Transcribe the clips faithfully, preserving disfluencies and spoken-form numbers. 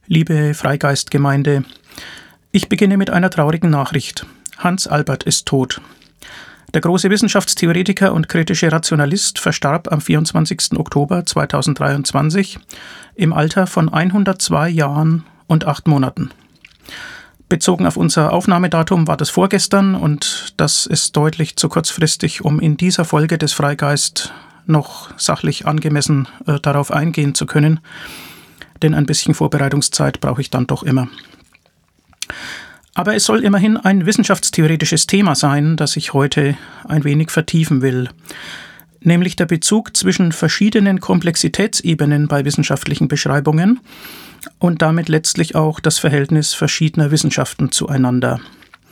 Liebe Freigeistgemeinde, ich beginne mit einer traurigen Nachricht. Hans Albert ist tot. Der große Wissenschaftstheoretiker und kritische Rationalist verstarb am vierundzwanzigsten Oktober zweitausenddreiundzwanzig im Alter von hundertzwei Jahren und acht Monaten. Bezogen auf unser Aufnahmedatum war das vorgestern und das ist deutlich zu kurzfristig, um in dieser Folge des Freigeist noch sachlich angemessen äh, darauf eingehen zu können. Denn ein bisschen Vorbereitungszeit brauche ich dann doch immer. Aber es soll immerhin ein wissenschaftstheoretisches Thema sein, das ich heute ein wenig vertiefen will. Nämlich der Bezug zwischen verschiedenen Komplexitätsebenen bei wissenschaftlichen Beschreibungen und damit letztlich auch das Verhältnis verschiedener Wissenschaften zueinander.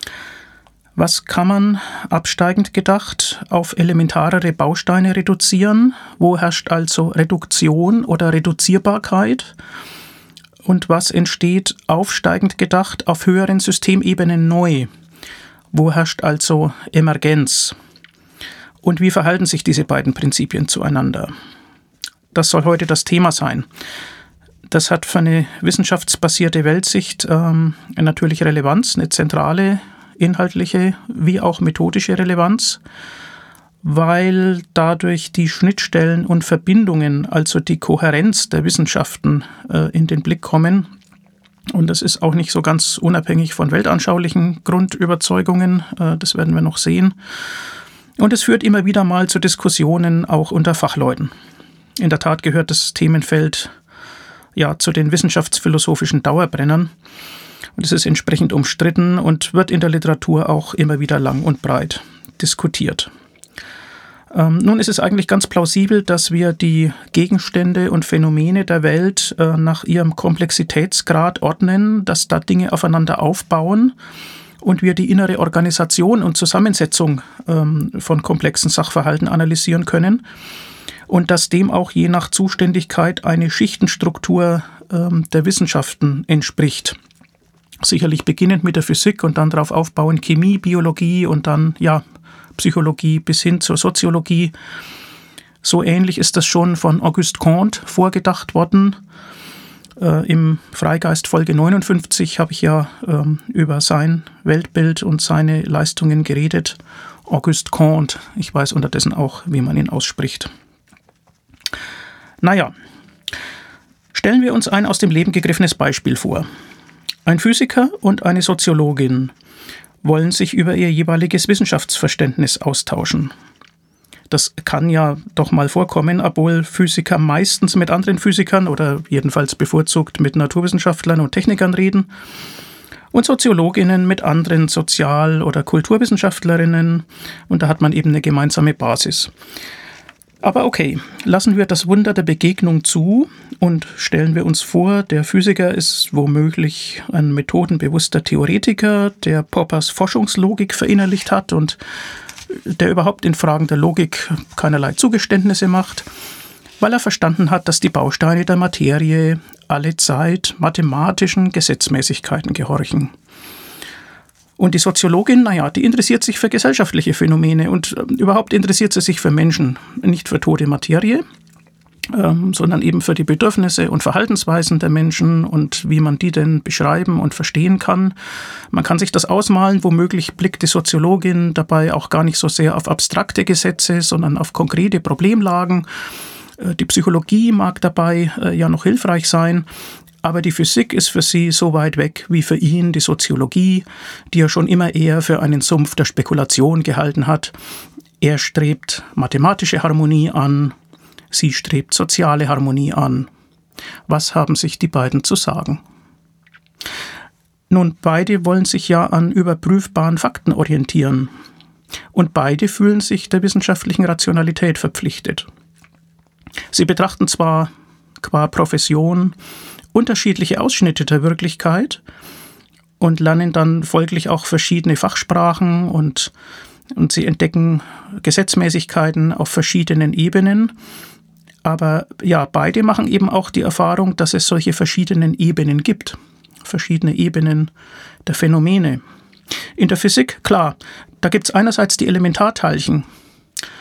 Was kann man, absteigend gedacht, auf elementarere Bausteine reduzieren? Wo herrscht also Reduktion oder Reduzierbarkeit? Und was entsteht, aufsteigend gedacht, auf höheren Systemebenen neu? Wo herrscht also Emergenz? Und wie verhalten sich diese beiden Prinzipien zueinander? Das soll heute das Thema sein. Das hat für eine wissenschaftsbasierte Weltsicht ähm, natürlich Relevanz, eine zentrale inhaltliche wie auch methodische Relevanz, weil dadurch die Schnittstellen und Verbindungen, also die Kohärenz der Wissenschaften äh, in den Blick kommen. Und das ist auch nicht so ganz unabhängig von weltanschaulichen Grundüberzeugungen, äh, das werden wir noch sehen. Und es führt immer wieder mal zu Diskussionen auch unter Fachleuten. In der Tat gehört das Themenfeld ja zu den wissenschaftsphilosophischen Dauerbrennern. Und es ist entsprechend umstritten und wird in der Literatur auch immer wieder lang und breit diskutiert. Ähm, nun ist es eigentlich ganz plausibel, dass wir die Gegenstände und Phänomene der Welt äh, nach ihrem Komplexitätsgrad ordnen, dass da Dinge aufeinander aufbauen und wir die innere Organisation und Zusammensetzung ähm, von komplexen Sachverhalten analysieren können und dass dem auch je nach Zuständigkeit eine Schichtenstruktur ähm, der Wissenschaften entspricht. Sicherlich beginnend mit der Physik und dann darauf aufbauen Chemie, Biologie und dann ja Psychologie bis hin zur Soziologie. So ähnlich ist das schon von Auguste Comte vorgedacht worden. Äh, Im Freigeist Folge neunundfünfzig habe ich ja ähm, über sein Weltbild und seine Leistungen geredet. Auguste Comte, ich weiß unterdessen auch, wie man ihn ausspricht. Naja, stellen wir uns ein aus dem Leben gegriffenes Beispiel vor. Ein Physiker und eine Soziologin wollen sich über ihr jeweiliges Wissenschaftsverständnis austauschen. Das kann ja doch mal vorkommen, obwohl Physiker meistens mit anderen Physikern oder jedenfalls bevorzugt mit Naturwissenschaftlern und Technikern reden und Soziologinnen mit anderen Sozial- oder Kulturwissenschaftlerinnen und da hat man eben eine gemeinsame Basis. Aber okay, lassen wir das Wunder der Begegnung zu und stellen wir uns vor, der Physiker ist womöglich ein methodenbewusster Theoretiker, der Poppers Forschungslogik verinnerlicht hat und der überhaupt in Fragen der Logik keinerlei Zugeständnisse macht, weil er verstanden hat, dass die Bausteine der Materie allezeit mathematischen Gesetzmäßigkeiten gehorchen. Und die Soziologin, naja, die interessiert sich für gesellschaftliche Phänomene und äh, überhaupt interessiert sie sich für Menschen, nicht für tote Materie, ähm, sondern eben für die Bedürfnisse und Verhaltensweisen der Menschen und wie man die denn beschreiben und verstehen kann. Man kann sich das ausmalen, womöglich blickt die Soziologin dabei auch gar nicht so sehr auf abstrakte Gesetze, sondern auf konkrete Problemlagen. Äh, die Psychologie mag dabei äh, ja noch hilfreich sein. Aber die Physik ist für sie so weit weg wie für ihn die Soziologie, die er schon immer eher für einen Sumpf der Spekulation gehalten hat. Er strebt mathematische Harmonie an, sie strebt soziale Harmonie an. Was haben sich die beiden zu sagen? Nun, beide wollen sich ja an überprüfbaren Fakten orientieren. Und beide fühlen sich der wissenschaftlichen Rationalität verpflichtet. Sie betrachten zwar qua Profession unterschiedliche Ausschnitte der Wirklichkeit und lernen dann folglich auch verschiedene Fachsprachen und, und sie entdecken Gesetzmäßigkeiten auf verschiedenen Ebenen. Aber ja, beide machen eben auch die Erfahrung, dass es solche verschiedenen Ebenen gibt, verschiedene Ebenen der Phänomene. In der Physik, klar, da gibt es einerseits die Elementarteilchen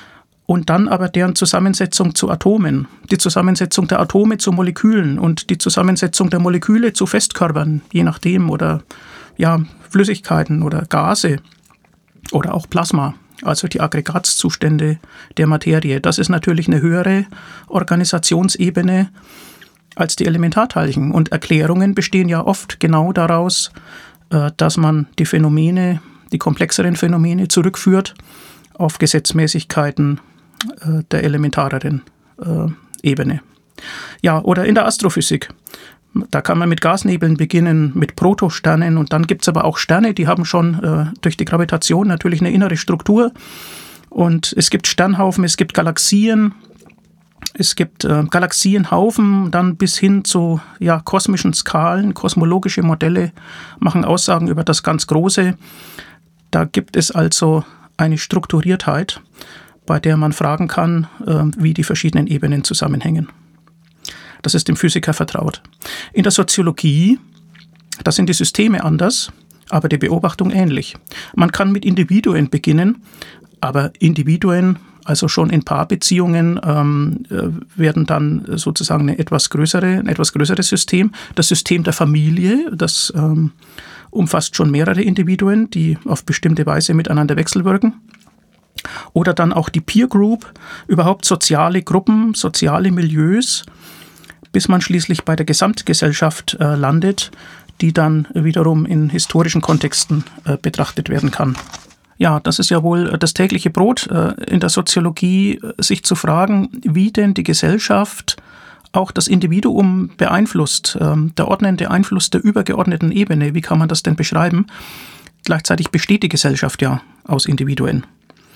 und dann aber deren Zusammensetzung zu Atomen, die Zusammensetzung der Atome zu Molekülen und die Zusammensetzung der Moleküle zu Festkörpern, je nachdem, oder ja, Flüssigkeiten oder Gase oder auch Plasma, also die Aggregatzustände der Materie. Das ist natürlich eine höhere Organisationsebene als die Elementarteilchen. Und Erklärungen bestehen ja oft genau daraus, dass man die Phänomene, die komplexeren Phänomene zurückführt auf Gesetzmäßigkeiten der elementareren Ebene. Ja, oder in der Astrophysik. Da kann man mit Gasnebeln beginnen, mit Protosternen, und dann gibt es aber auch Sterne, die haben schon äh, durch die Gravitation natürlich eine innere Struktur. Und es gibt Sternhaufen, es gibt Galaxien, es gibt äh, Galaxienhaufen, dann bis hin zu ja, kosmischen Skalen. Kosmologische Modelle machen Aussagen über das ganz Große. Da gibt es also eine Strukturiertheit, bei der man fragen kann, äh, wie die verschiedenen Ebenen zusammenhängen. Das ist dem Physiker vertraut. In der Soziologie, da sind die Systeme anders, aber die Beobachtung ähnlich. Man kann mit Individuen beginnen, aber Individuen, also schon in Paarbeziehungen, ähm, werden dann sozusagen eine etwas größere, ein etwas größeres System. Das System der Familie, das ähm, umfasst schon mehrere Individuen, die auf bestimmte Weise miteinander wechselwirken. Oder dann auch die Peer Group, überhaupt soziale Gruppen, soziale Milieus, bis man schließlich bei der Gesamtgesellschaft äh, landet, die dann wiederum in historischen Kontexten äh, betrachtet werden kann. Ja, das ist ja wohl das tägliche Brot äh, in der Soziologie, äh, sich zu fragen, wie denn die Gesellschaft auch das Individuum beeinflusst, äh, der ordnende Einfluss der übergeordneten Ebene, wie kann man das denn beschreiben? Gleichzeitig besteht die Gesellschaft ja aus Individuen.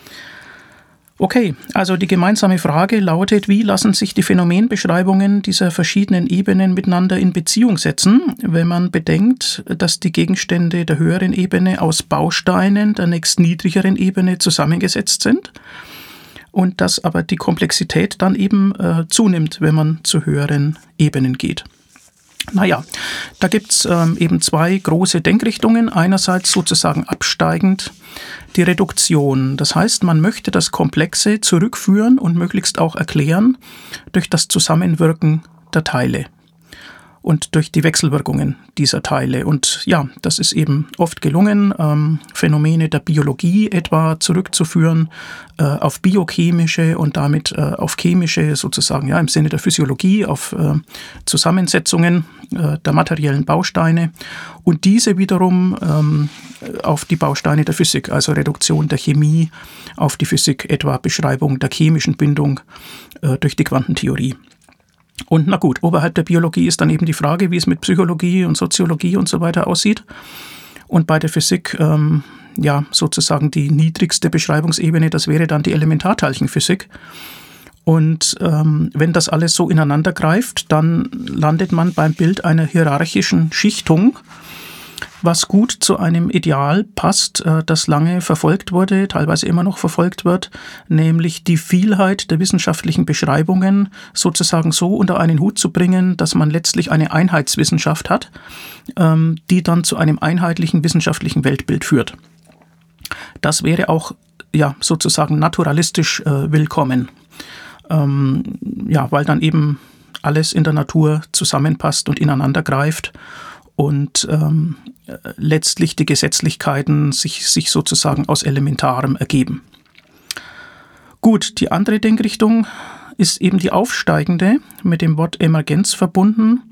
Okay, also die gemeinsame Frage lautet, wie lassen sich die Phänomenbeschreibungen dieser verschiedenen Ebenen miteinander in Beziehung setzen, wenn man bedenkt, dass die Gegenstände der höheren Ebene aus Bausteinen der nächstniedrigeren Ebene zusammengesetzt sind und dass aber die Komplexität dann eben äh, zunimmt, wenn man zu höheren Ebenen geht. Naja, da gibt es ähm, eben zwei große Denkrichtungen. Einerseits sozusagen absteigend die Reduktion. Das heißt, man möchte das Komplexe zurückführen und möglichst auch erklären durch das Zusammenwirken der Teile und durch die Wechselwirkungen dieser Teile. Und ja, das ist eben oft gelungen, ähm, Phänomene der Biologie etwa zurückzuführen äh, auf biochemische und damit äh, auf chemische, sozusagen ja im Sinne der Physiologie, auf äh, Zusammensetzungen äh, der materiellen Bausteine und diese wiederum ähm, auf die Bausteine der Physik, also Reduktion der Chemie auf die Physik, etwa Beschreibung der chemischen Bindung äh, durch die Quantentheorie. Und na gut, oberhalb der Biologie ist dann eben die Frage, wie es mit Psychologie und Soziologie und so weiter aussieht. Und bei der Physik, ähm, ja, sozusagen die niedrigste Beschreibungsebene, das wäre dann die Elementarteilchenphysik. Und ähm, wenn das alles so ineinander greift, dann landet man beim Bild einer hierarchischen Schichtung, was gut zu einem Ideal passt, das lange verfolgt wurde, teilweise immer noch verfolgt wird, nämlich die Vielheit der wissenschaftlichen Beschreibungen sozusagen so unter einen Hut zu bringen, dass man letztlich eine Einheitswissenschaft hat, die dann zu einem einheitlichen wissenschaftlichen Weltbild führt. Das wäre auch ja, sozusagen naturalistisch willkommen, ja, weil dann eben alles in der Natur zusammenpasst und ineinander greift und ähm, letztlich die Gesetzlichkeiten sich, sich sozusagen aus Elementarem ergeben. Gut, die andere Denkrichtung ist eben die aufsteigende, mit dem Wort Emergenz verbunden.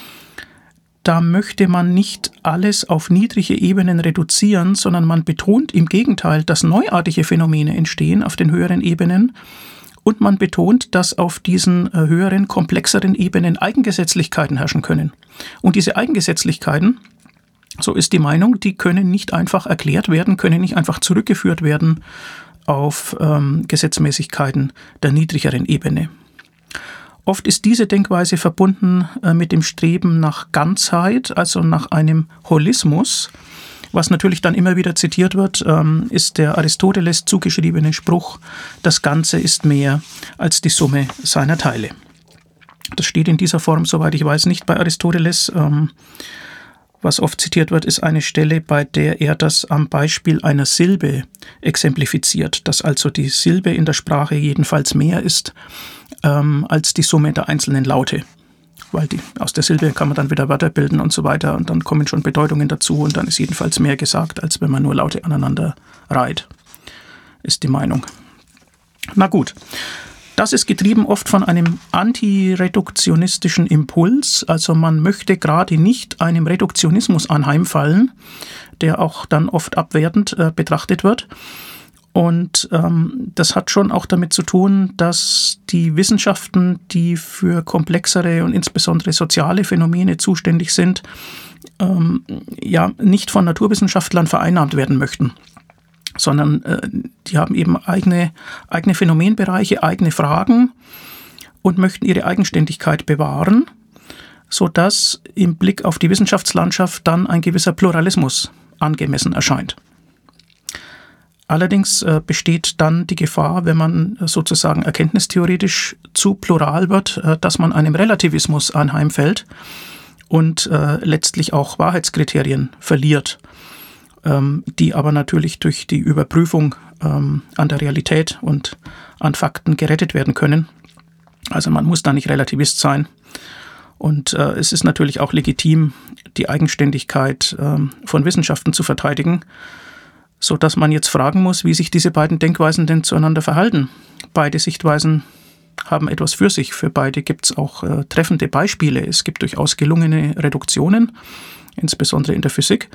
Da möchte man nicht alles auf niedrige Ebenen reduzieren, sondern man betont im Gegenteil, dass neuartige Phänomene entstehen auf den höheren Ebenen. Und man betont, dass auf diesen höheren, komplexeren Ebenen Eigengesetzlichkeiten herrschen können. Und diese Eigengesetzlichkeiten, so ist die Meinung, die können nicht einfach erklärt werden, können nicht einfach zurückgeführt werden auf ähm, Gesetzmäßigkeiten der niedrigeren Ebene. Oft ist diese Denkweise verbunden äh, mit dem Streben nach Ganzheit, also nach einem Holismus. Was natürlich dann immer wieder zitiert wird, ähm, ist der Aristoteles zugeschriebene Spruch, das Ganze ist mehr als die Summe seiner Teile. Das steht in dieser Form, soweit ich weiß, nicht bei Aristoteles. Ähm, Was oft zitiert wird, ist eine Stelle, bei der er das am Beispiel einer Silbe exemplifiziert, dass also die Silbe in der Sprache jedenfalls mehr ist ähm, als die Summe der einzelnen Laute. Weil die, aus der Silbe kann man dann wieder Wörter bilden und so weiter und dann kommen schon Bedeutungen dazu und dann ist jedenfalls mehr gesagt, als wenn man nur Laute aneinander reiht, ist die Meinung. Na gut. Das ist getrieben oft von einem antireduktionistischen Impuls. Also man möchte gerade nicht einem Reduktionismus anheimfallen, der auch dann oft abwertend äh, betrachtet wird. Und ähm, das hat schon auch damit zu tun, dass die Wissenschaften, die für komplexere und insbesondere soziale Phänomene zuständig sind, ähm, ja nicht von Naturwissenschaftlern vereinnahmt werden möchten. Sondern äh, die haben eben eigene, eigene Phänomenbereiche, eigene Fragen und möchten ihre Eigenständigkeit bewahren, sodass im Blick auf die Wissenschaftslandschaft dann ein gewisser Pluralismus angemessen erscheint. Allerdings äh, besteht dann die Gefahr, wenn man sozusagen erkenntnistheoretisch zu plural wird, äh, dass man einem Relativismus anheimfällt und äh, letztlich auch Wahrheitskriterien verliert, die aber natürlich durch die Überprüfung ähm, an der Realität und an Fakten gerettet werden können. Also man muss da nicht Relativist sein. Und äh, es ist natürlich auch legitim, die Eigenständigkeit äh, von Wissenschaften zu verteidigen, sodass man jetzt fragen muss, wie sich diese beiden Denkweisen denn zueinander verhalten. Beide Sichtweisen haben etwas für sich. Für beide gibt es auch äh, treffende Beispiele. Es gibt durchaus gelungene Reduktionen, insbesondere in der Physik.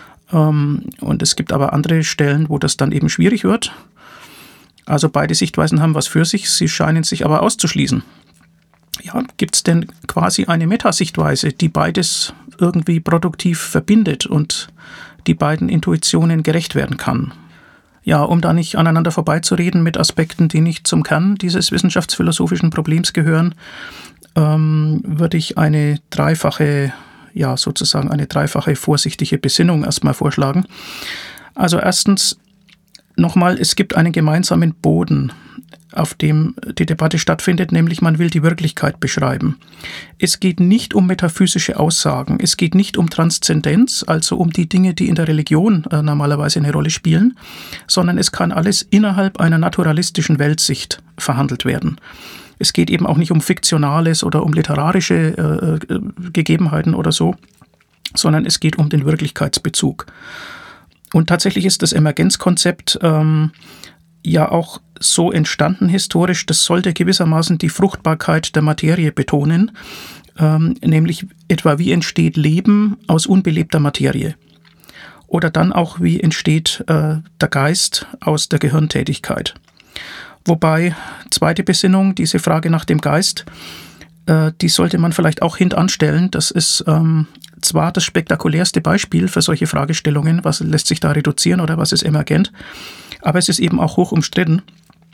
Und es gibt aber andere Stellen, wo das dann eben schwierig wird. Also beide Sichtweisen haben was für sich, sie scheinen sich aber auszuschließen. Ja, gibt es denn quasi eine Metasichtweise, die beides irgendwie produktiv verbindet und die beiden Intuitionen gerecht werden kann? Ja, um da nicht aneinander vorbeizureden mit Aspekten, die nicht zum Kern dieses wissenschaftsphilosophischen Problems gehören, ähm, würde ich eine dreifache ja, sozusagen eine dreifache vorsichtige Besinnung erstmal vorschlagen. Also erstens nochmal, es gibt einen gemeinsamen Boden, auf dem die Debatte stattfindet, nämlich man will die Wirklichkeit beschreiben. Es geht nicht um metaphysische Aussagen, es geht nicht um Transzendenz, also um die Dinge, die in der Religion äh, normalerweise eine Rolle spielen, sondern es kann alles innerhalb einer naturalistischen Weltsicht verhandelt werden. Es geht eben auch nicht um Fiktionales oder um literarische äh, Gegebenheiten oder so, sondern es geht um den Wirklichkeitsbezug. Und tatsächlich ist das Emergenzkonzept ähm, ja auch so entstanden historisch, das sollte gewissermaßen die Fruchtbarkeit der Materie betonen, ähm, nämlich etwa wie entsteht Leben aus unbelebter Materie. Oder dann auch wie entsteht äh, der Geist aus der Gehirntätigkeit. Wobei, zweite Besinnung, diese Frage nach dem Geist, äh, die sollte man vielleicht auch hintanstellen. Das ist ähm, zwar das spektakulärste Beispiel für solche Fragestellungen, was lässt sich da reduzieren oder was ist emergent, aber es ist eben auch hoch umstritten.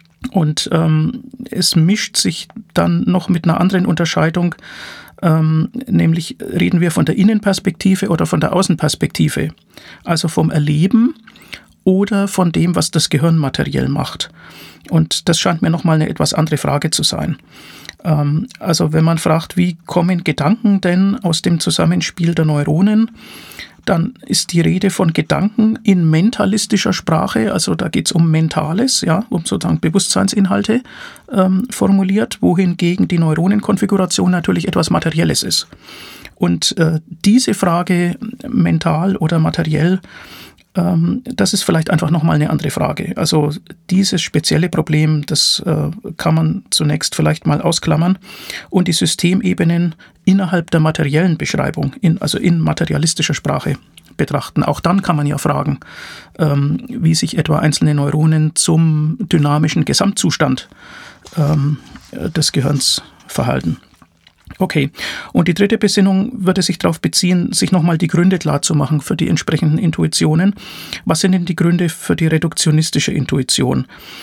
Und ähm, es mischt sich dann noch mit einer anderen Unterscheidung, ähm, nämlich reden wir von der Innenperspektive oder von der Außenperspektive, also vom Erleben oder von dem, was das Gehirn materiell macht. Und das scheint mir nochmal eine etwas andere Frage zu sein. Ähm, also wenn man fragt, wie kommen Gedanken denn aus dem Zusammenspiel der Neuronen, dann ist die Rede von Gedanken in mentalistischer Sprache, also da geht es um Mentales, ja, um sozusagen Bewusstseinsinhalte ähm, formuliert, wohingegen die Neuronenkonfiguration natürlich etwas Materielles ist. Und äh, diese Frage, mental oder materiell, ähm, das ist vielleicht einfach nochmal eine andere Frage. Also dieses spezielle Problem, das äh, kann man zunächst vielleicht mal ausklammern und die Systemebenen innerhalb der materiellen Beschreibung, in, also in materialistischer Sprache betrachten. Auch dann kann man ja fragen, ähm, wie sich etwa einzelne Neuronen zum dynamischen Gesamtzustand ähm, des Gehirns verhalten. Okay, und die dritte Besinnung würde sich darauf beziehen, sich nochmal die Gründe klarzumachen für die entsprechenden Intuitionen. Was sind denn die Gründe für die reduktionistische Intuition?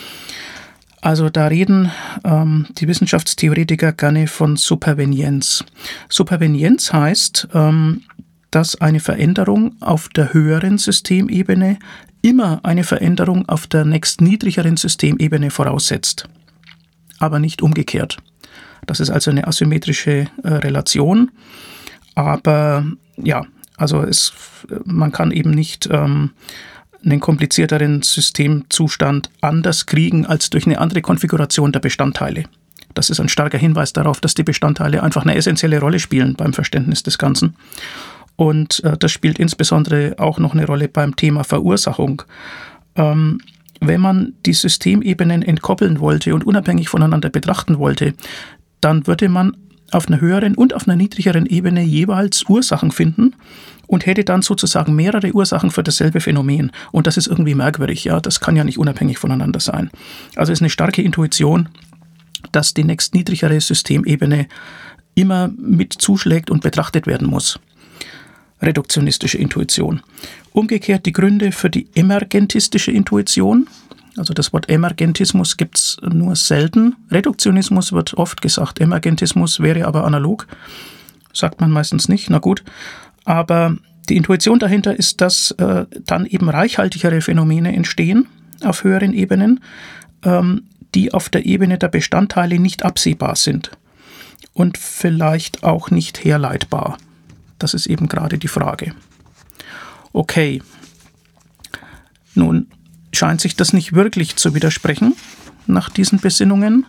Also da reden ähm, die Wissenschaftstheoretiker gerne von Supervenienz. Supervenienz heißt, ähm, dass eine Veränderung auf der höheren Systemebene immer eine Veränderung auf der nächstniedrigeren Systemebene voraussetzt, aber nicht umgekehrt. Das ist also eine asymmetrische äh, Relation, aber ja, Also es, man kann eben nicht ähm, einen komplizierteren Systemzustand anders kriegen als durch eine andere Konfiguration der Bestandteile. Das ist ein starker Hinweis darauf, dass die Bestandteile einfach eine essentielle Rolle spielen beim Verständnis des Ganzen. Und äh, das spielt insbesondere auch noch eine Rolle beim Thema Verursachung. Ähm, wenn man die Systemebenen entkoppeln wollte und unabhängig voneinander betrachten wollte, dann würde man auf einer höheren und auf einer niedrigeren Ebene jeweils Ursachen finden und hätte dann sozusagen mehrere Ursachen für dasselbe Phänomen. Und das ist irgendwie merkwürdig. Ja, das kann ja nicht unabhängig voneinander sein. Also es ist eine starke Intuition, dass die nächstniedrigere Systemebene immer mit zuschlägt und betrachtet werden muss. Reduktionistische Intuition. Umgekehrt die Gründe für die emergentistische Intuition. Also das Wort Emergentismus gibt es nur selten. Reduktionismus wird oft gesagt, Emergentismus wäre aber analog. Sagt man meistens nicht, na gut. Aber die Intuition dahinter ist, dass äh, dann eben reichhaltigere Phänomene entstehen auf höheren Ebenen, ähm, die auf der Ebene der Bestandteile nicht absehbar sind und vielleicht auch nicht herleitbar. Das ist eben gerade die Frage. Okay, nun scheint sich das nicht wirklich zu widersprechen nach diesen Besinnungen,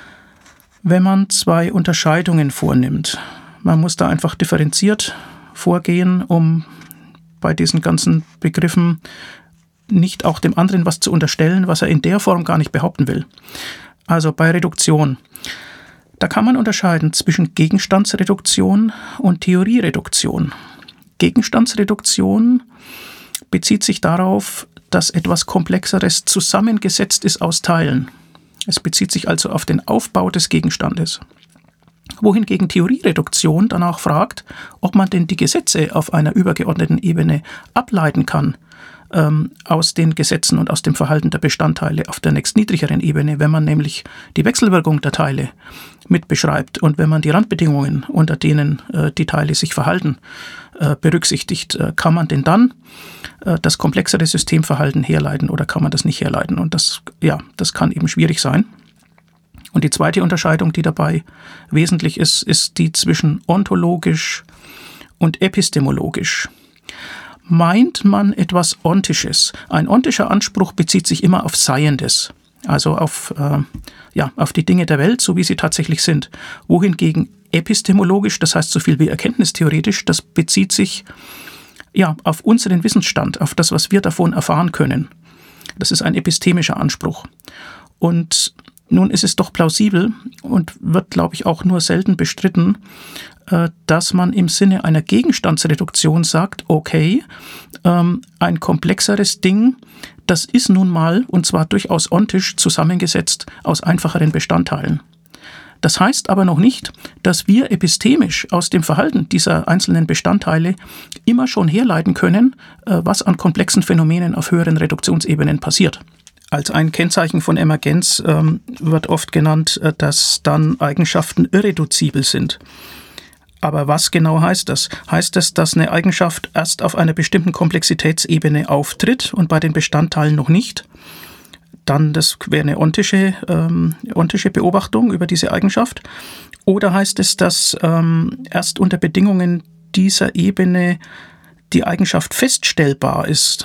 wenn man zwei Unterscheidungen vornimmt. Man muss da einfach differenziert vorgehen, um bei diesen ganzen Begriffen nicht auch dem anderen was zu unterstellen, was er in der Form gar nicht behaupten will. Also bei Reduktion. Da kann man unterscheiden zwischen Gegenstandsreduktion und Theoriereduktion. Gegenstandsreduktion bezieht sich darauf, dass etwas Komplexeres zusammengesetzt ist aus Teilen. Es bezieht sich also auf den Aufbau des Gegenstandes. Wohingegen Theoriereduktion danach fragt, ob man denn die Gesetze auf einer übergeordneten Ebene ableiten kann ähm, aus den Gesetzen und aus dem Verhalten der Bestandteile auf der nächstniedrigeren Ebene, wenn man nämlich die Wechselwirkung der Teile mit beschreibt und wenn man die Randbedingungen, unter denen äh, die Teile sich verhalten, äh, berücksichtigt. Äh, kann man denn dann äh, das komplexere Systemverhalten herleiten oder kann man das nicht herleiten? Und das, ja, das kann eben schwierig sein. Und die zweite Unterscheidung, die dabei wesentlich ist, ist die zwischen ontologisch und epistemologisch. Meint man etwas Ontisches? Ein ontischer Anspruch bezieht sich immer auf Seiendes, also auf, äh, ja, auf die Dinge der Welt, so wie sie tatsächlich sind. Wohingegen epistemologisch, das heißt so viel wie erkenntnistheoretisch, das bezieht sich ja, auf unseren Wissensstand, auf das, was wir davon erfahren können. Das ist ein epistemischer Anspruch. Und nun ist es doch plausibel und wird, glaube ich, auch nur selten bestritten, dass man im Sinne einer Gegenstandsreduktion sagt, okay, ein komplexeres Ding, das ist nun mal, und zwar durchaus ontisch, zusammengesetzt aus einfacheren Bestandteilen. Das heißt aber noch nicht, dass wir epistemisch aus dem Verhalten dieser einzelnen Bestandteile immer schon herleiten können, was an komplexen Phänomenen auf höheren Reduktionsebenen passiert. Als ein Kennzeichen von Emergenz ähm, wird oft genannt, äh, dass dann Eigenschaften irreduzibel sind. Aber was genau heißt das? Heißt das, dass eine Eigenschaft erst auf einer bestimmten Komplexitätsebene auftritt und bei den Bestandteilen noch nicht? Dann, das wäre eine ontische, ähm, ontische Beobachtung über diese Eigenschaft. Oder heißt es, dass ähm, erst unter Bedingungen dieser Ebene die Eigenschaft feststellbar ist?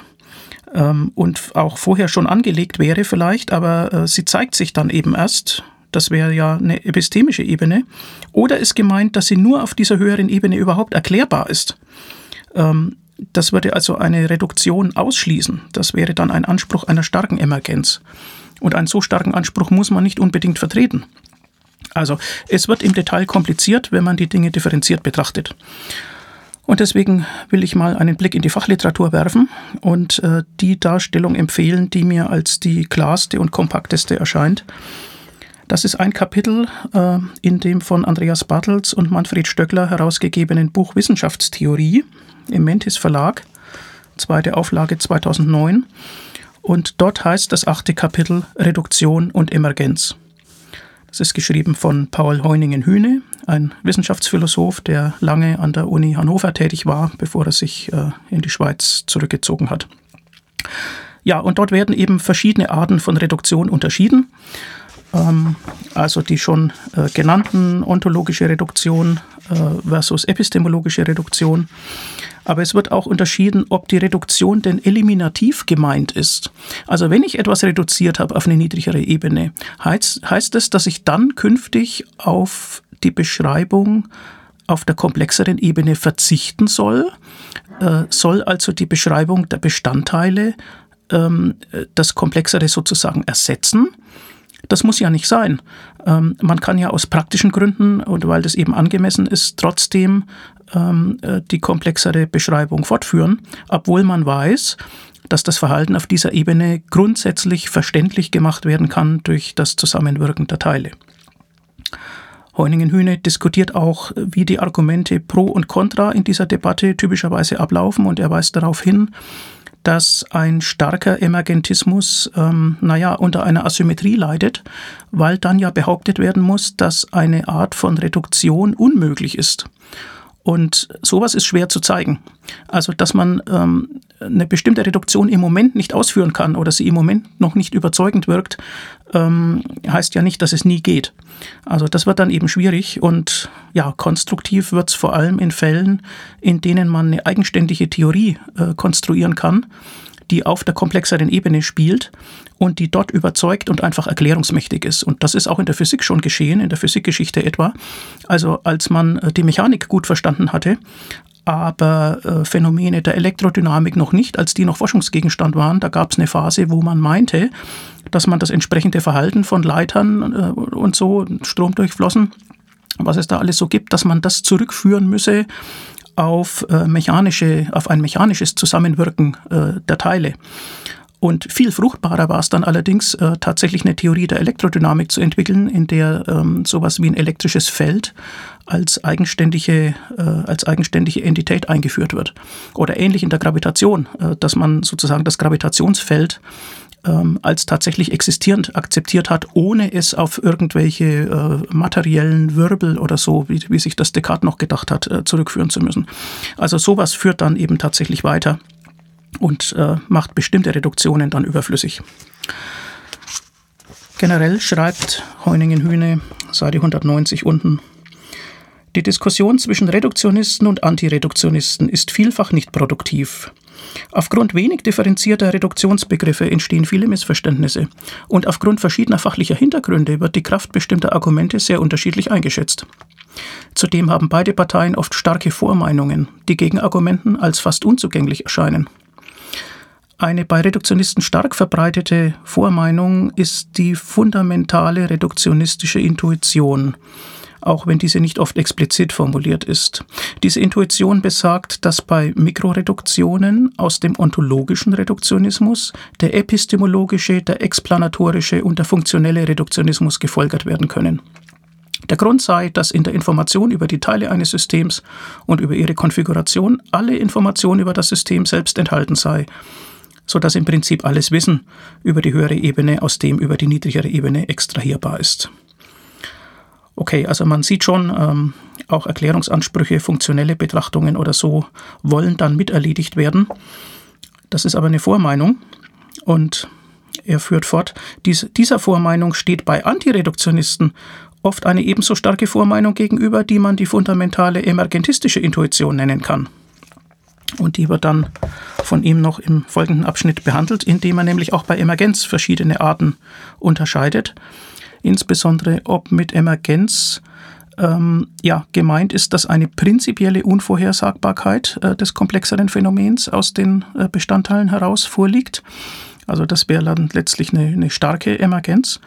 Und auch vorher schon angelegt wäre vielleicht, aber äh, sie zeigt sich dann eben erst, das wäre ja eine epistemische Ebene, oder ist gemeint, dass sie nur auf dieser höheren Ebene überhaupt erklärbar ist. Ähm, das würde also eine Reduktion ausschließen. Das wäre dann ein Anspruch einer starken Emergenz. Und einen so starken Anspruch muss man nicht unbedingt vertreten. Also es wird im Detail kompliziert, wenn man die Dinge differenziert betrachtet. Und deswegen will ich mal einen Blick in die Fachliteratur werfen und äh, die Darstellung empfehlen, die mir als die klarste und kompakteste erscheint. Das ist ein Kapitel äh, in dem von Andreas Bartels und Manfred Stöckler herausgegebenen Buch Wissenschaftstheorie im Mentis Verlag, zweite Auflage zweitausendneun. Und dort heißt das achte Kapitel Reduktion und Emergenz. Das ist geschrieben von Paul Heuningen-Hühne, ein Wissenschaftsphilosoph, der lange an der Uni Hannover tätig war, bevor er sich äh, in die Schweiz zurückgezogen hat. Ja, und dort werden eben verschiedene Arten von Reduktion unterschieden. Ähm, also die schon äh, genannten ontologische Reduktion äh, versus epistemologische Reduktion. Aber es wird auch unterschieden, ob die Reduktion denn eliminativ gemeint ist. Also wenn ich etwas reduziert habe auf eine niedrigere Ebene, heißt, heißt es, dass ich dann künftig auf die Beschreibung auf der komplexeren Ebene verzichten soll, äh, soll also die Beschreibung der Bestandteile ähm, das Komplexere sozusagen ersetzen. Das muss ja nicht sein. Ähm, man kann ja aus praktischen Gründen und weil das eben angemessen ist, trotzdem ähm, die komplexere Beschreibung fortführen, obwohl man weiß, dass das Verhalten auf dieser Ebene grundsätzlich verständlich gemacht werden kann durch das Zusammenwirken der Teile. Heuningen-Hühne diskutiert auch, wie die Argumente pro und contra in dieser Debatte typischerweise ablaufen und er weist darauf hin, dass ein starker Emergentismus ähm, naja, unter einer Asymmetrie leidet, weil dann ja behauptet werden muss, dass eine Art von Reduktion unmöglich ist. Und sowas ist schwer zu zeigen. Also, dass man ähm, eine bestimmte Reduktion im Moment nicht ausführen kann oder sie im Moment noch nicht überzeugend wirkt, ähm, heißt ja nicht, dass es nie geht. Also das wird dann eben schwierig und ja, konstruktiv wird es vor allem in Fällen, in denen man eine eigenständige Theorie äh, konstruieren kann, die auf der komplexeren Ebene spielt und die dort überzeugt und einfach erklärungsmächtig ist. Und das ist auch in der Physik schon geschehen, in der Physikgeschichte etwa. Also als man die Mechanik gut verstanden hatte, aber äh, Phänomene der Elektrodynamik noch nicht, als die noch Forschungsgegenstand waren, da gab es eine Phase, wo man meinte, dass man das entsprechende Verhalten von Leitern äh, und so, Stromdurchflossen, was es da alles so gibt, dass man das zurückführen müsse auf äh, mechanische, auf ein mechanisches Zusammenwirken äh, der Teile. Und viel fruchtbarer war es dann allerdings, äh, tatsächlich eine Theorie der Elektrodynamik zu entwickeln, in der ähm, sowas wie ein elektrisches Feld als eigenständige, äh, als eigenständige Entität eingeführt wird. Oder ähnlich in der Gravitation, äh, dass man sozusagen das Gravitationsfeld ähm, als tatsächlich existierend akzeptiert hat, ohne es auf irgendwelche äh, materiellen Wirbel oder so, wie, wie sich das Descartes noch gedacht hat, äh, zurückführen zu müssen. Also sowas führt dann eben tatsächlich weiter und äh, macht bestimmte Reduktionen dann überflüssig. Generell schreibt Heuningen-Hühne, Seite hundertneunzig unten, die Diskussion zwischen Reduktionisten und Antireduktionisten ist vielfach nicht produktiv. Aufgrund wenig differenzierter Reduktionsbegriffe entstehen viele Missverständnisse und aufgrund verschiedener fachlicher Hintergründe wird die Kraft bestimmter Argumente sehr unterschiedlich eingeschätzt. Zudem haben beide Parteien oft starke Vormeinungen, die Gegenargumenten als fast unzugänglich erscheinen. Eine bei Reduktionisten stark verbreitete Vormeinung ist die fundamentale reduktionistische Intuition, auch wenn diese nicht oft explizit formuliert ist. Diese Intuition besagt, dass bei Mikroreduktionen aus dem ontologischen Reduktionismus der epistemologische, der explanatorische und der funktionelle Reduktionismus gefolgert werden können. Der Grund sei, dass in der Information über die Teile eines Systems und über ihre Konfiguration alle Information über das System selbst enthalten sei, sodass im Prinzip alles Wissen über die höhere Ebene aus dem über die niedrigere Ebene extrahierbar ist. Okay, also man sieht schon, ähm, auch Erklärungsansprüche, funktionelle Betrachtungen oder so wollen dann miterledigt werden. Das ist aber eine Vormeinung und er führt fort, dies, dieser Vormeinung steht bei Antireduktionisten oft eine ebenso starke Vormeinung gegenüber, die man die fundamentale emergentistische Intuition nennen kann. Und die wird dann von ihm noch im folgenden Abschnitt behandelt, indem er nämlich auch bei Emergenz verschiedene Arten unterscheidet. Insbesondere ob mit Emergenz ähm, ja, gemeint ist, dass eine prinzipielle Unvorhersagbarkeit äh, des komplexeren Phänomens aus den äh, Bestandteilen heraus vorliegt. Also das wäre dann letztlich eine, eine starke Emergenz.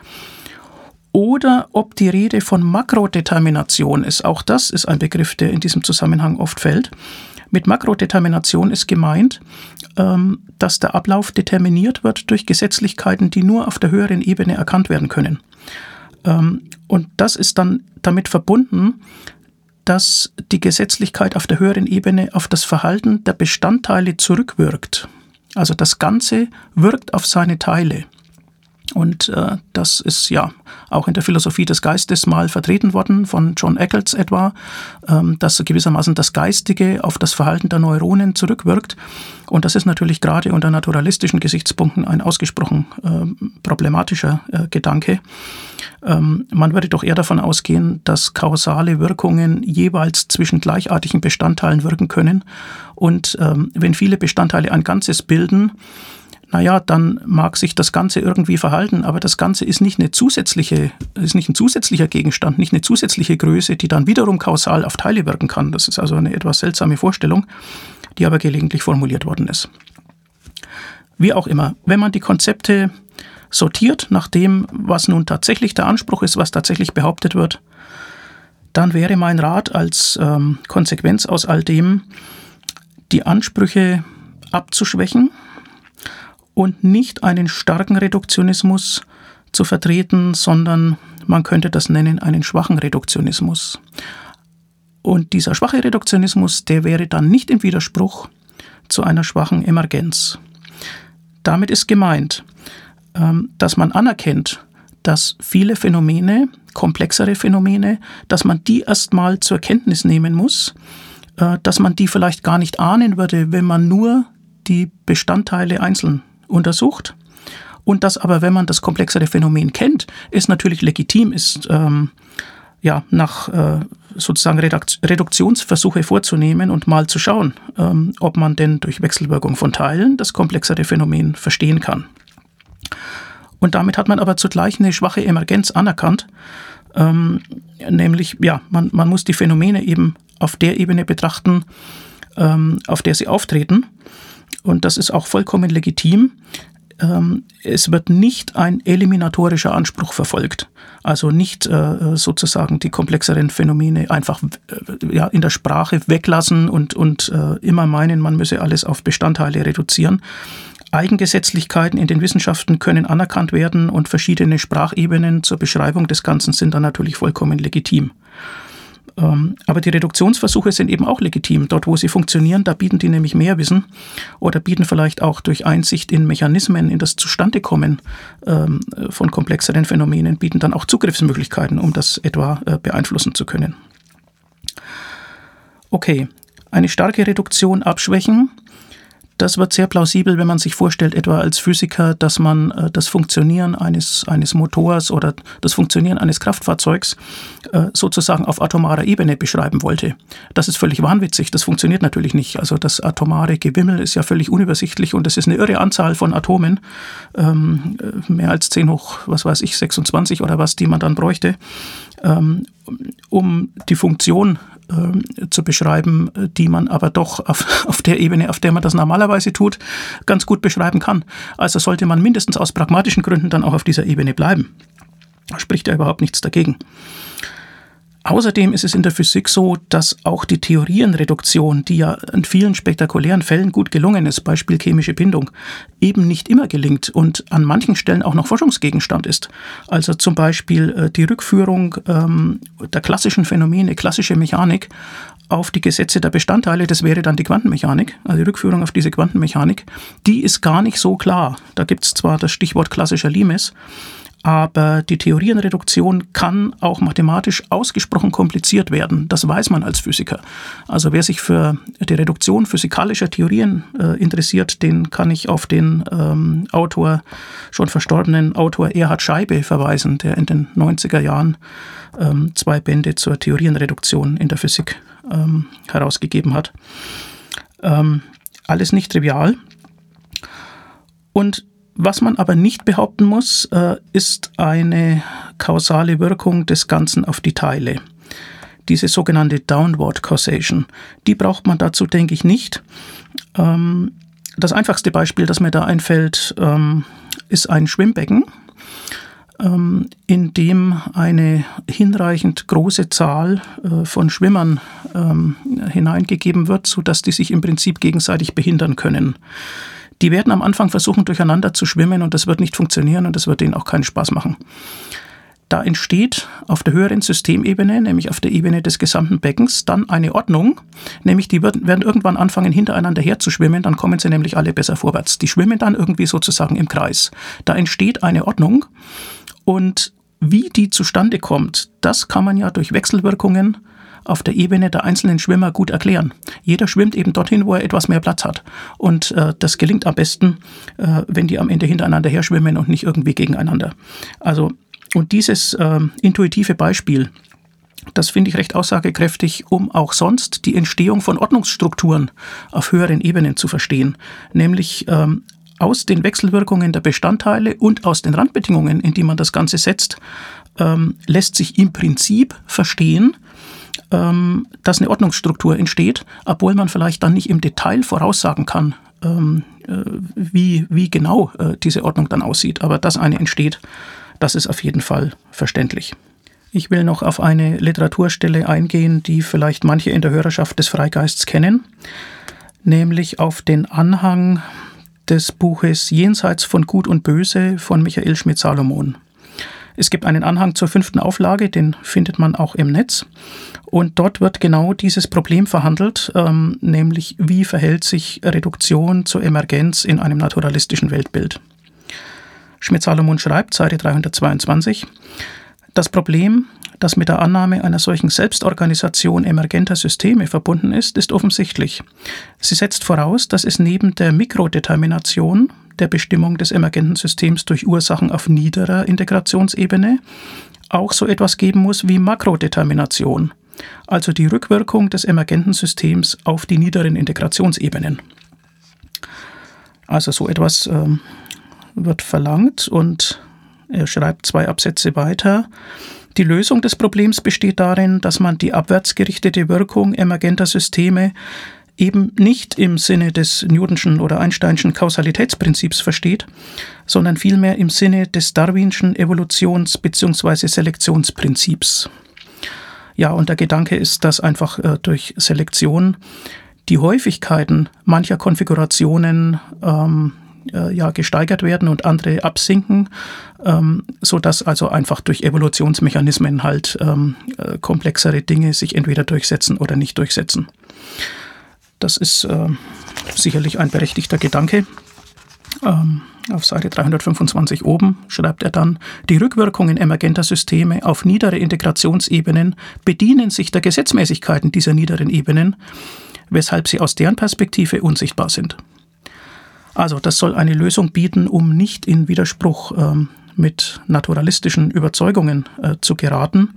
Oder ob die Rede von Makrodetermination ist. Auch das ist ein Begriff, der in diesem Zusammenhang oft fällt. Mit Makrodetermination ist gemeint, ähm, dass der Ablauf determiniert wird durch Gesetzlichkeiten, die nur auf der höheren Ebene erkannt werden können. Ähm, und das ist dann damit verbunden, dass die Gesetzlichkeit auf der höheren Ebene auf das Verhalten der Bestandteile zurückwirkt. Also das Ganze wirkt auf seine Teile. Und äh, das ist ja auch in der Philosophie des Geistes mal vertreten worden, von John Eccles etwa, ähm, dass gewissermaßen das Geistige auf das Verhalten der Neuronen zurückwirkt. Und das ist natürlich gerade unter naturalistischen Gesichtspunkten ein ausgesprochen äh, problematischer äh, Gedanke. Ähm, man würde doch eher davon ausgehen, dass kausale Wirkungen jeweils zwischen gleichartigen Bestandteilen wirken können. Und ähm, wenn viele Bestandteile ein Ganzes bilden, naja, dann mag sich das Ganze irgendwie verhalten, aber das Ganze ist nicht eine zusätzliche, ist nicht ein zusätzlicher Gegenstand, nicht eine zusätzliche Größe, die dann wiederum kausal auf Teile wirken kann. Das ist also eine etwas seltsame Vorstellung, die aber gelegentlich formuliert worden ist. Wie auch immer, wenn man die Konzepte sortiert nach dem, was nun tatsächlich der Anspruch ist, was tatsächlich behauptet wird, dann wäre mein Rat als ähm, Konsequenz aus all dem, die Ansprüche abzuschwächen und nicht einen starken Reduktionismus zu vertreten, sondern man könnte das nennen einen schwachen Reduktionismus. Und dieser schwache Reduktionismus, der wäre dann nicht im Widerspruch zu einer schwachen Emergenz. Damit ist gemeint, dass man anerkennt, dass viele Phänomene, komplexere Phänomene, dass man die erstmal zur Kenntnis nehmen muss, dass man die vielleicht gar nicht ahnen würde, wenn man nur die Bestandteile einzeln untersucht. Und dass aber, wenn man das komplexere Phänomen kennt, es natürlich legitim ist, ähm, ja, nach äh, sozusagen Redakt- Reduktionsversuche vorzunehmen und mal zu schauen, ähm, ob man denn durch Wechselwirkung von Teilen das komplexere Phänomen verstehen kann. Und damit hat man aber zugleich eine schwache Emergenz anerkannt, ähm, nämlich, ja, man, man muss die Phänomene eben auf der Ebene betrachten, ähm, auf der sie auftreten. Und das ist auch vollkommen legitim. Ähm, es wird nicht ein eliminatorischer Anspruch verfolgt. Also nicht äh, sozusagen die komplexeren Phänomene einfach äh, ja, in der Sprache weglassen und, und äh, immer meinen, man müsse alles auf Bestandteile reduzieren. Eigengesetzlichkeiten in den Wissenschaften können anerkannt werden und verschiedene Sprachebenen zur Beschreibung des Ganzen sind dann natürlich vollkommen legitim. Aber die Reduktionsversuche sind eben auch legitim. Dort, wo sie funktionieren, da bieten die nämlich mehr Wissen oder bieten vielleicht auch durch Einsicht in Mechanismen, in das Zustandekommen ähm, von komplexeren Phänomenen, bieten dann auch Zugriffsmöglichkeiten, um das etwa äh, beeinflussen zu können. Okay, eine starke Reduktion abschwächen. Das wird sehr plausibel, wenn man sich vorstellt, etwa als Physiker, dass man äh, das Funktionieren eines, eines Motors oder das Funktionieren eines Kraftfahrzeugs äh, sozusagen auf atomarer Ebene beschreiben wollte. Das ist völlig wahnwitzig, das funktioniert natürlich nicht. Also das atomare Gewimmel ist ja völlig unübersichtlich und es ist eine irre Anzahl von Atomen, ähm, mehr als zehn hoch, was weiß ich, sechsundzwanzig oder was, die man dann bräuchte, ähm, um die Funktion zu beschreiben, die man aber doch auf, auf der Ebene, auf der man das normalerweise tut, ganz gut beschreiben kann. Also sollte man mindestens aus pragmatischen Gründen dann auch auf dieser Ebene bleiben. Da spricht ja überhaupt nichts dagegen. Außerdem ist es in der Physik so, dass auch die Theorienreduktion, die ja in vielen spektakulären Fällen gut gelungen ist, Beispiel chemische Bindung, eben nicht immer gelingt und an manchen Stellen auch noch Forschungsgegenstand ist. Also zum Beispiel äh, die Rückführung ähm, der klassischen Phänomene, klassische Mechanik, auf die Gesetze der Bestandteile, das wäre dann die Quantenmechanik, also die Rückführung auf diese Quantenmechanik, die ist gar nicht so klar. Da gibt es zwar das Stichwort klassischer Limes, aber die Theorienreduktion kann auch mathematisch ausgesprochen kompliziert werden. Das weiß man als Physiker. Also wer sich für die Reduktion physikalischer Theorien äh, interessiert, den kann ich auf den ähm, Autor, schon verstorbenen Autor Erhard Scheibe verweisen, der in den neunziger Jahren ähm, zwei Bände zur Theorienreduktion in der Physik ähm, herausgegeben hat. Ähm, alles nicht trivial. Und was man aber nicht behaupten muss, äh, ist eine kausale Wirkung des Ganzen auf die Teile. Diese sogenannte Downward Causation, die braucht man dazu, denke ich, nicht. Ähm, das einfachste Beispiel, das mir da einfällt, ähm, ist ein Schwimmbecken, ähm, in dem eine hinreichend große Zahl äh, von Schwimmern ähm, hineingegeben wird, sodass die sich im Prinzip gegenseitig behindern können. Die werden am Anfang versuchen, durcheinander zu schwimmen und das wird nicht funktionieren und das wird denen auch keinen Spaß machen. Da entsteht auf der höheren Systemebene, nämlich auf der Ebene des gesamten Beckens, dann eine Ordnung, nämlich die werden, werden irgendwann anfangen, hintereinander herzuschwimmen, dann kommen sie nämlich alle besser vorwärts. Die schwimmen dann irgendwie sozusagen im Kreis. Da entsteht eine Ordnung und wie die zustande kommt, das kann man ja durch Wechselwirkungen auf der Ebene der einzelnen Schwimmer gut erklären. Jeder schwimmt eben dorthin, wo er etwas mehr Platz hat. Und äh, das gelingt am besten, äh, wenn die am Ende hintereinander her schwimmen und nicht irgendwie gegeneinander. Also Und dieses äh, intuitive Beispiel, das finde ich recht aussagekräftig, um auch sonst die Entstehung von Ordnungsstrukturen auf höheren Ebenen zu verstehen. Nämlich ähm, aus den Wechselwirkungen der Bestandteile und aus den Randbedingungen, in die man das Ganze setzt, ähm, lässt sich im Prinzip verstehen, ähm, dass eine Ordnungsstruktur entsteht, obwohl man vielleicht dann nicht im Detail voraussagen kann, ähm, äh, wie, wie genau äh, diese Ordnung dann aussieht. Aber dass eine entsteht, das ist auf jeden Fall verständlich. Ich will noch auf eine Literaturstelle eingehen, die vielleicht manche in der Hörerschaft des Freigeists kennen, nämlich auf den Anhang des Buches Jenseits von Gut und Böse von Michael Schmidt-Salomon. Es gibt einen Anhang zur fünften Auflage, den findet man auch im Netz. Und dort wird genau dieses Problem verhandelt, ähm, nämlich wie verhält sich Reduktion zur Emergenz in einem naturalistischen Weltbild. Schmidt-Salomon schreibt, Seite dreihundertzweiundzwanzig, das Problem, das mit der Annahme einer solchen Selbstorganisation emergenter Systeme verbunden ist, ist offensichtlich. Sie setzt voraus, dass es neben der Mikrodetermination, der Bestimmung des emergenten Systems durch Ursachen auf niederer Integrationsebene, auch so etwas geben muss wie Makrodetermination, also die Rückwirkung des emergenten Systems auf die niederen Integrationsebenen. Also so etwas äh, wird verlangt und er schreibt zwei Absätze weiter. Die Lösung des Problems besteht darin, dass man die abwärtsgerichtete Wirkung emergenter Systeme eben nicht im Sinne des Newtonschen oder Einsteinschen Kausalitätsprinzips versteht, sondern vielmehr im Sinne des Darwinschen Evolutions- bzw. Selektionsprinzips. Ja, und der Gedanke ist, dass einfach äh, durch Selektion die Häufigkeiten mancher Konfigurationen ähm, äh, ja, gesteigert werden und andere absinken, ähm, sodass also einfach durch Evolutionsmechanismen halt ähm, äh, komplexere Dinge sich entweder durchsetzen oder nicht durchsetzen. Das ist äh, sicherlich ein berechtigter Gedanke. Ähm, auf Seite dreihundertfünfundzwanzig oben schreibt er dann, die Rückwirkungen emergenter Systeme auf niedere Integrationsebenen bedienen sich der Gesetzmäßigkeiten dieser niederen Ebenen, weshalb sie aus deren Perspektive unsichtbar sind. Also das soll eine Lösung bieten, um nicht in Widerspruch ähm, mit naturalistischen Überzeugungen äh, zu geraten.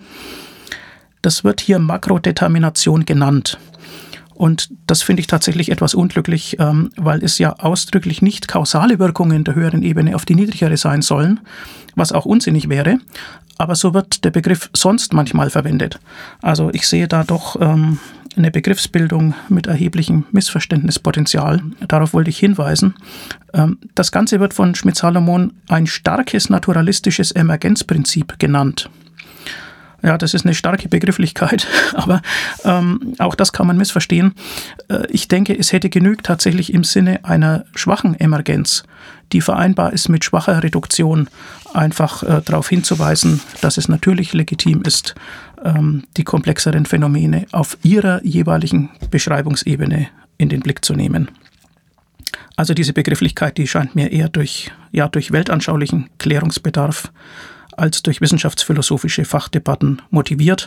Das wird hier Makrodetermination genannt. Und das finde ich tatsächlich etwas unglücklich, ähm, weil es ja ausdrücklich nicht kausale Wirkungen der höheren Ebene auf die niedrigere sein sollen, was auch unsinnig wäre. Aber so wird der Begriff sonst manchmal verwendet. Also ich sehe da doch ähm, eine Begriffsbildung mit erheblichem Missverständnispotenzial. Darauf wollte ich hinweisen. Ähm, das Ganze wird von Schmidt-Salomon ein starkes naturalistisches Emergenzprinzip genannt. Ja, das ist eine starke Begrifflichkeit, aber ähm, auch das kann man missverstehen. Äh, ich denke, es hätte genügt tatsächlich im Sinne einer schwachen Emergenz, die vereinbar ist mit schwacher Reduktion, einfach äh, darauf hinzuweisen, dass es natürlich legitim ist, ähm, die komplexeren Phänomene auf ihrer jeweiligen Beschreibungsebene in den Blick zu nehmen. Also diese Begrifflichkeit, die scheint mir eher durch, ja, durch weltanschaulichen Klärungsbedarf als durch wissenschaftsphilosophische Fachdebatten motiviert.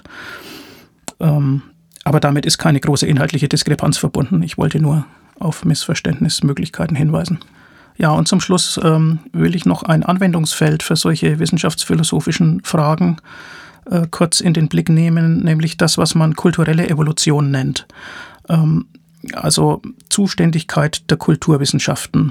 Ähm, aber damit ist keine große inhaltliche Diskrepanz verbunden. Ich wollte nur auf Missverständnismöglichkeiten hinweisen. Ja, und zum Schluss ähm, will ich noch ein Anwendungsfeld für solche wissenschaftsphilosophischen Fragen äh, kurz in den Blick nehmen, nämlich das, was man kulturelle Evolution nennt. Ähm, also Zuständigkeit der Kulturwissenschaften.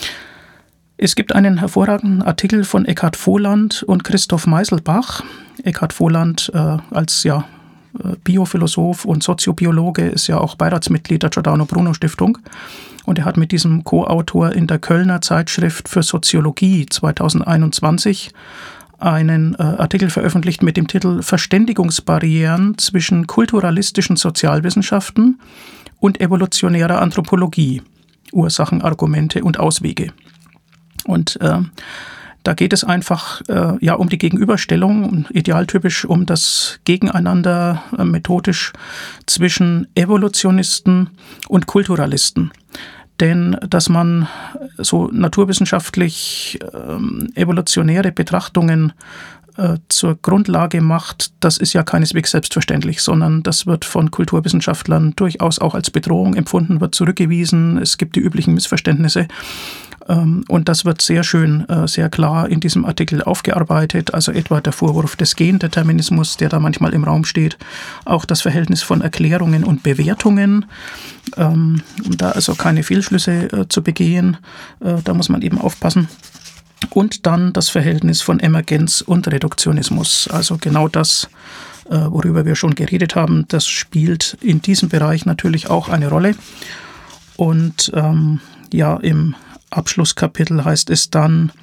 Es gibt einen hervorragenden Artikel von Eckhard Voland und Christoph Meiselbach. Eckhard Voland äh, als ja, Biophilosoph und Soziobiologe ist ja auch Beiratsmitglied der Giordano Bruno Stiftung. Und er hat mit diesem Co-Autor in der Kölner Zeitschrift für Soziologie zweitausendeinundzwanzig einen äh, Artikel veröffentlicht mit dem Titel Verständigungsbarrieren zwischen kulturalistischen Sozialwissenschaften und evolutionärer Anthropologie. Ursachen, Argumente und Auswege. Und äh, Da geht es einfach äh, ja um die Gegenüberstellung, idealtypisch um das Gegeneinander äh, methodisch zwischen Evolutionisten und Kulturalisten. Denn dass man so naturwissenschaftlich ähm, evolutionäre Betrachtungen äh, zur Grundlage macht, das ist ja keineswegs selbstverständlich, sondern das wird von Kulturwissenschaftlern durchaus auch als Bedrohung empfunden, wird zurückgewiesen. Es gibt die üblichen Missverständnisse. Und das wird sehr schön, sehr klar in diesem Artikel aufgearbeitet, also etwa der Vorwurf des Gendeterminismus, der da manchmal im Raum steht, auch das Verhältnis von Erklärungen und Bewertungen, um da also keine Fehlschlüsse zu begehen, da muss man eben aufpassen. Und dann das Verhältnis von Emergenz und Reduktionismus, also genau das, worüber wir schon geredet haben, das spielt in diesem Bereich natürlich auch eine Rolle. Und ähm, ja, im Abschlusskapitel heißt es dann,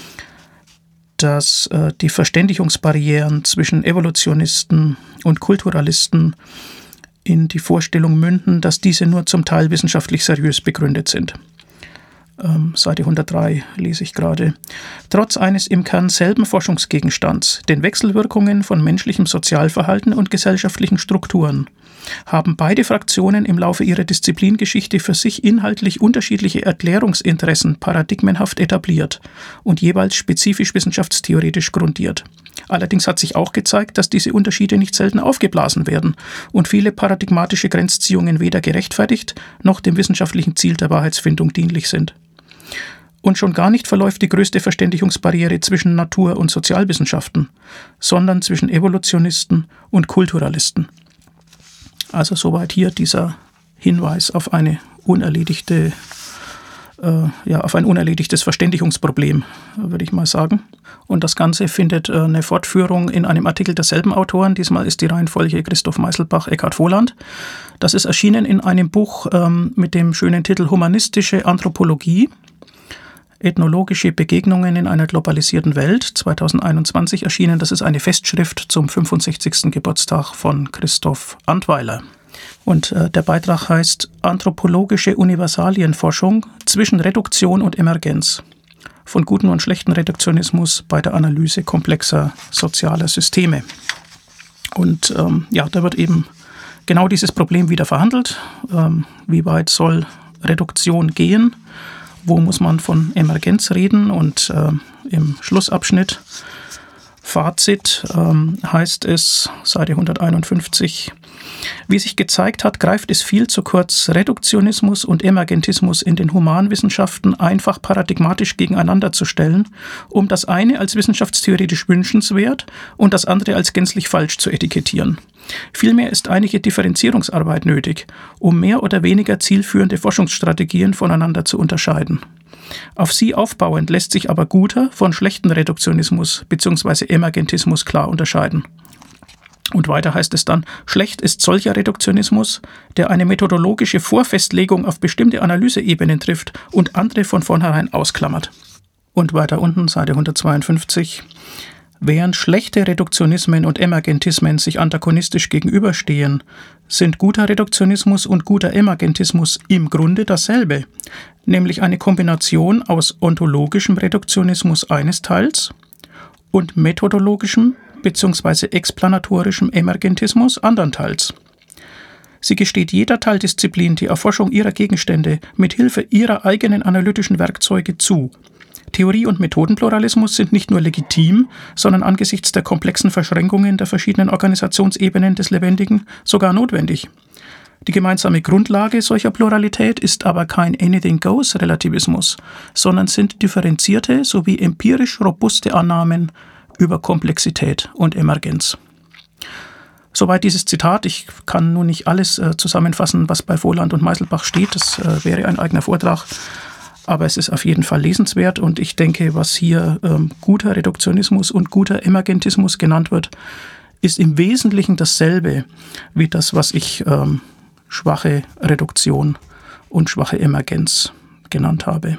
dass äh, die Verständigungsbarrieren zwischen Evolutionisten und Kulturalisten in die Vorstellung münden, dass diese nur zum Teil wissenschaftlich seriös begründet sind. Ähm, Seite hundertdrei lese ich gerade. Trotz eines im Kern selben Forschungsgegenstands, den Wechselwirkungen von menschlichem Sozialverhalten und gesellschaftlichen Strukturen, haben beide Fraktionen im Laufe ihrer Disziplingeschichte für sich inhaltlich unterschiedliche Erklärungsinteressen paradigmenhaft etabliert und jeweils spezifisch wissenschaftstheoretisch grundiert. Allerdings hat sich auch gezeigt, dass diese Unterschiede nicht selten aufgeblasen werden und viele paradigmatische Grenzziehungen weder gerechtfertigt noch dem wissenschaftlichen Ziel der Wahrheitsfindung dienlich sind. Und schon gar nicht verläuft die größte Verständigungsbarriere zwischen Natur- und Sozialwissenschaften, sondern zwischen Evolutionisten und Kulturalisten. Also soweit hier dieser Hinweis auf eine unerledigte, äh, ja, auf ein unerledigtes Verständigungsproblem, würde ich mal sagen. Und das Ganze findet äh, eine Fortführung in einem Artikel derselben Autoren. Diesmal ist die Reihenfolge Christoph Meißelbach, Eckhard Voland. Das ist erschienen in einem Buch ähm, mit dem schönen Titel Humanistische Anthropologie. Ethnologische Begegnungen in einer globalisierten Welt, zweitausendeinundzwanzig erschienen. Das ist eine Festschrift zum fünfundsechzigsten Geburtstag von Christoph Antweiler. Und äh, der Beitrag heißt Anthropologische Universalienforschung zwischen Reduktion und Emergenz. Von guten und schlechten Reduktionismus bei der Analyse komplexer sozialer Systeme. Und ähm, ja, da wird eben genau dieses Problem wieder verhandelt. Ähm, wie weit soll Reduktion gehen? Wo muss man von Emergenz reden? Und äh, im Schlussabschnitt, Fazit, ähm, heißt es, Seite hunderteinundfünfzig, wie sich gezeigt hat, greift es viel zu kurz, Reduktionismus und Emergentismus in den Humanwissenschaften einfach paradigmatisch gegeneinander zu stellen, um das eine als wissenschaftstheoretisch wünschenswert und das andere als gänzlich falsch zu etikettieren. Vielmehr ist einige Differenzierungsarbeit nötig, um mehr oder weniger zielführende Forschungsstrategien voneinander zu unterscheiden. Auf sie aufbauend lässt sich aber guter von schlechten Reduktionismus bzw. Emergentismus klar unterscheiden. Und weiter heißt es dann, schlecht ist solcher Reduktionismus, der eine methodologische Vorfestlegung auf bestimmte Analyseebenen trifft und andere von vornherein ausklammert. Und weiter unten, Seite hundertzweiundfünfzig, während schlechte Reduktionismen und Emergentismen sich antagonistisch gegenüberstehen, sind guter Reduktionismus und guter Emergentismus im Grunde dasselbe, nämlich eine Kombination aus ontologischem Reduktionismus eines Teils und methodologischem bzw. explanatorischem Emergentismus andernteils. Sie gesteht jeder Teildisziplin die Erforschung ihrer Gegenstände mit Hilfe ihrer eigenen analytischen Werkzeuge zu. Theorie- und Methodenpluralismus sind nicht nur legitim, sondern angesichts der komplexen Verschränkungen der verschiedenen Organisationsebenen des Lebendigen sogar notwendig. Die gemeinsame Grundlage solcher Pluralität ist aber kein Anything-Goes-Relativismus, sondern sind differenzierte sowie empirisch robuste Annahmen über Komplexität und Emergenz. Soweit dieses Zitat. Ich kann nun nicht alles äh, zusammenfassen, was bei Voland und Meißelbach steht. Das äh, wäre ein eigener Vortrag. Aber es ist auf jeden Fall lesenswert und ich denke, was hier ähm, guter Reduktionismus und guter Emergentismus genannt wird, ist im Wesentlichen dasselbe wie das, was ich ähm, schwache Reduktion und schwache Emergenz genannt habe.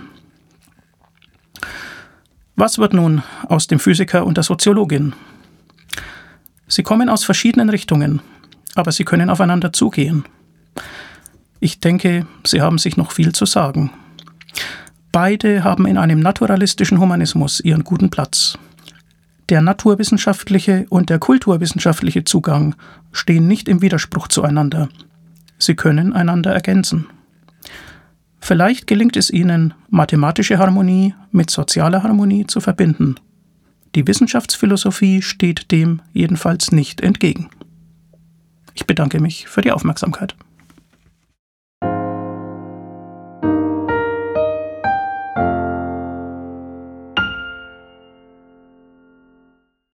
Was wird nun aus dem Physiker und der Soziologin? Sie kommen aus verschiedenen Richtungen, aber sie können aufeinander zugehen. Ich denke, sie haben sich noch viel zu sagen. Beide haben in einem naturalistischen Humanismus ihren guten Platz. Der naturwissenschaftliche und der kulturwissenschaftliche Zugang stehen nicht im Widerspruch zueinander. Sie können einander ergänzen. Vielleicht gelingt es Ihnen, mathematische Harmonie mit sozialer Harmonie zu verbinden. Die Wissenschaftsphilosophie steht dem jedenfalls nicht entgegen. Ich bedanke mich für die Aufmerksamkeit.